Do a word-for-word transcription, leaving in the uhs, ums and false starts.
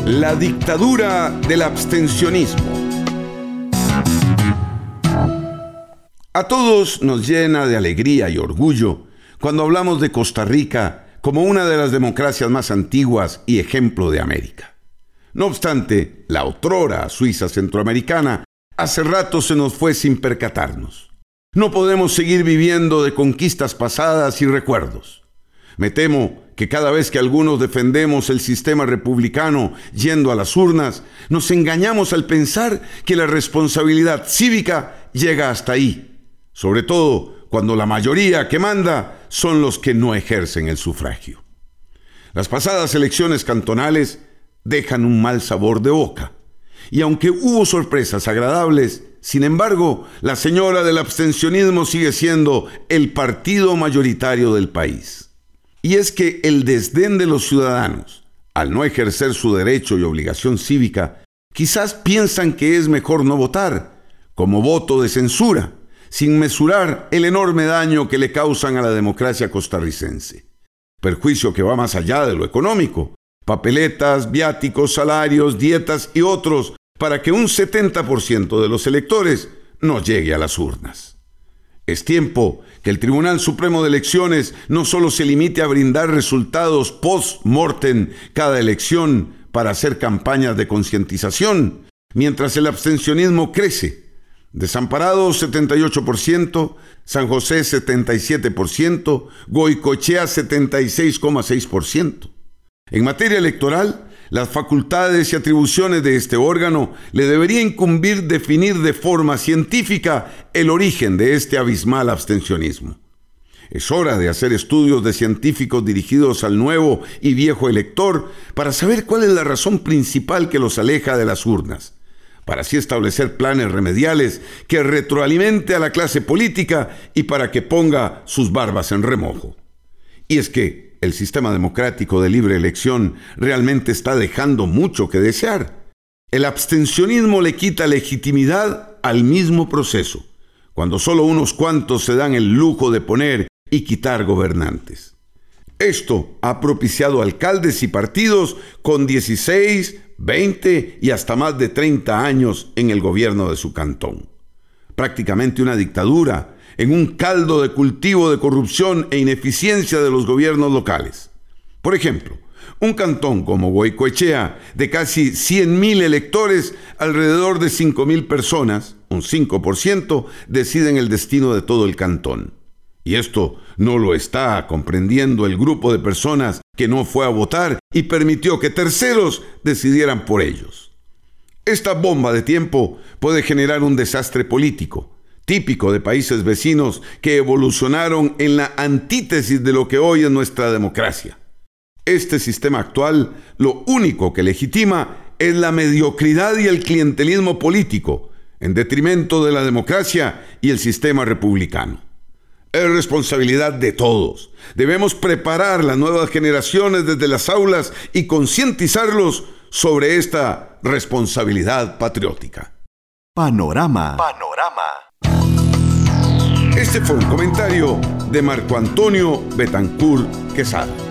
La dictadura del abstencionismo. A todos nos llena de alegría y orgullo cuando hablamos de Costa Rica como una de las democracias más antiguas y ejemplo de América. No obstante, la otrora Suiza centroamericana hace rato se nos fue sin percatarnos. No podemos seguir viviendo de conquistas pasadas y recuerdos. Me temo que cada vez que algunos defendemos el sistema republicano yendo a las urnas, nos engañamos al pensar que la responsabilidad cívica llega hasta ahí, sobre todo cuando la mayoría que manda son los que no ejercen el sufragio. Las pasadas elecciones cantonales dejan un mal sabor de boca, y aunque hubo sorpresas agradables, sin embargo, la señora del abstencionismo sigue siendo el partido mayoritario del país. Y es que el desdén de los ciudadanos, al no ejercer su derecho y obligación cívica, quizás piensan que es mejor no votar, como voto de censura, sin mesurar el enorme daño que le causan a la democracia costarricense. Perjuicio que va más allá de lo económico. Papeletas, viáticos, salarios, dietas y otros para que un setenta por ciento de los electores no llegue a las urnas. Es tiempo que el Tribunal Supremo de Elecciones no solo se limite a brindar resultados post-mortem cada elección para hacer campañas de concientización, mientras el abstencionismo crece. Desamparados setenta y ocho por ciento, San José setenta y siete por ciento, Goicoechea setenta y seis coma seis por ciento. En materia electoral, las facultades y atribuciones de este órgano le debería incumbir definir de forma científica el origen de este abismal abstencionismo. Es hora de hacer estudios de científicos dirigidos al nuevo y viejo elector para saber cuál es la razón principal que los aleja de las urnas, para así establecer planes remediales que retroalimente a la clase política y para que ponga sus barbas en remojo. Y es que el sistema democrático de libre elección realmente está dejando mucho que desear. El abstencionismo le quita legitimidad al mismo proceso, cuando solo unos cuantos se dan el lujo de poner y quitar gobernantes. Esto ha propiciado alcaldes y partidos con dieciséis, veinte y hasta más de treinta años en el gobierno de su cantón. Prácticamente una dictadura en un caldo de cultivo de corrupción e ineficiencia de los gobiernos locales. Por ejemplo, un cantón como Goicoechea, de casi cien mil electores, alrededor de cinco mil personas, un cinco por ciento, deciden el destino de todo el cantón. Y esto no lo está comprendiendo el grupo de personas que no fue a votar y permitió que terceros decidieran por ellos. Esta bomba de tiempo puede generar un desastre político, típico de países vecinos que evolucionaron en la antítesis de lo que hoy es nuestra democracia. Este sistema actual lo único que legitima es la mediocridad y el clientelismo político, en detrimento de la democracia y el sistema republicano. Es responsabilidad de todos. Debemos preparar las nuevas generaciones desde las aulas y concientizarlos sobre esta responsabilidad patriótica. Panorama. Panorama. Este fue un comentario de Marco Antonio Betancourt Quesada.